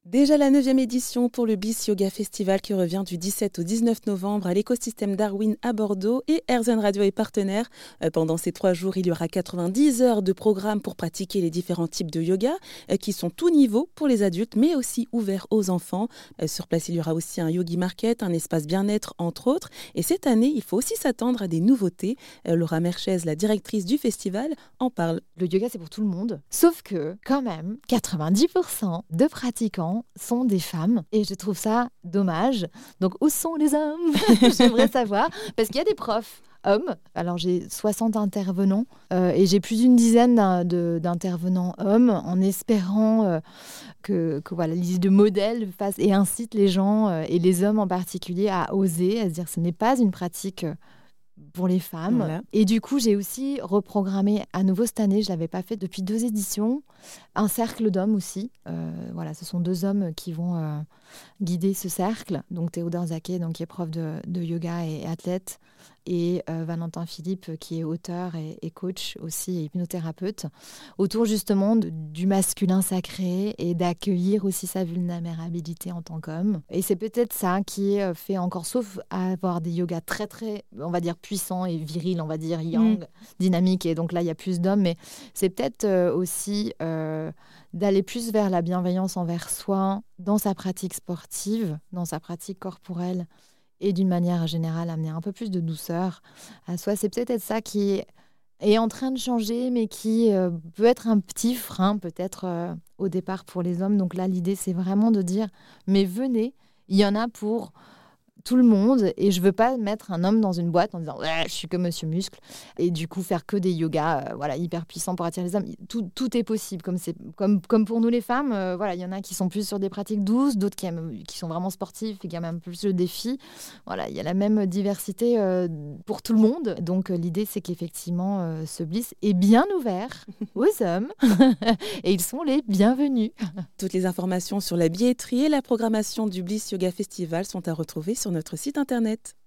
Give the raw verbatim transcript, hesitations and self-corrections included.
Déjà la neuvième édition pour le Bliss Yoga Festival qui revient du dix-sept au dix-neuf novembre à l'écosystème Darwin à Bordeaux et AirZen Radio est partenaire. Euh, Pendant ces trois jours, il y aura quatre-vingt-dix heures de programme pour pratiquer les différents types de yoga euh, qui sont tout niveau pour les adultes mais aussi ouverts aux enfants. Euh, Sur place, il y aura aussi un yogi market, un espace bien-être entre autres. Et cette année, il faut aussi s'attendre à des nouveautés. Euh, Laura Merchez, la directrice du festival, en parle. Le yoga, c'est pour tout le monde. Sauf que, quand même, quatre-vingt-dix pour cent de pratiquants sont des femmes. Et je trouve ça dommage. Donc, où sont les hommes? J'aimerais savoir. Parce qu'il y a des profs hommes. Alors, j'ai soixante intervenants euh, et j'ai plus d'une dizaine d'in- de- d'intervenants hommes en espérant euh, que, que voilà, l'idée de modèle fasse et incite les gens, euh, et les hommes en particulier, à oser, à se dire que ce n'est pas une pratique euh, pour les femmes. Voilà. Et du coup, j'ai aussi reprogrammé à nouveau cette année, je ne l'avais pas fait depuis deux éditions, un cercle d'hommes aussi. Euh, voilà, ce sont deux hommes qui vont euh, guider ce cercle. Donc Théodore Zaquet, donc, qui est prof de, de yoga et athlète, et euh, Valentin Philippe, qui est auteur et, et coach aussi, et hypnothérapeute, autour justement de- du masculin sacré et d'accueillir aussi sa vulnérabilité en tant qu'homme. Et c'est peut-être ça qui euh, fait encore, sauf à avoir des yogas très très, on va dire, puissants et virils, on va dire yang, dynamiques, et donc là il y a plus d'hommes, mais c'est peut-être euh, aussi euh, d'aller plus vers la bienveillance envers soi dans sa pratique sportive, dans sa pratique corporelle, et d'une manière générale amener un peu plus de douceur à soi. C'est peut-être ça qui est en train de changer, mais qui euh, peut être un petit frein peut-être euh, au départ pour les hommes. Donc là, l'idée, c'est vraiment de dire, mais venez, il y en a pour tout le monde, et je veux pas mettre un homme dans une boîte en disant ouais, je suis que Monsieur Muscle, et du coup faire que des yogas euh, voilà, hyper puissants pour attirer les hommes. Tout, tout est possible, comme, c'est, comme, comme pour nous les femmes. Euh, voilà, il y en a qui sont plus sur des pratiques douces, d'autres qui, aiment, qui sont vraiment sportifs et qui aiment un peu plus le défi. Voilà, il y a la même diversité euh, pour tout le monde. Donc euh, l'idée, c'est qu'effectivement euh, ce Bliss est bien ouvert aux hommes et ils sont les bienvenus. Toutes les informations sur la billetterie et la programmation du Bliss Yoga Festival sont à retrouver sur notre site internet.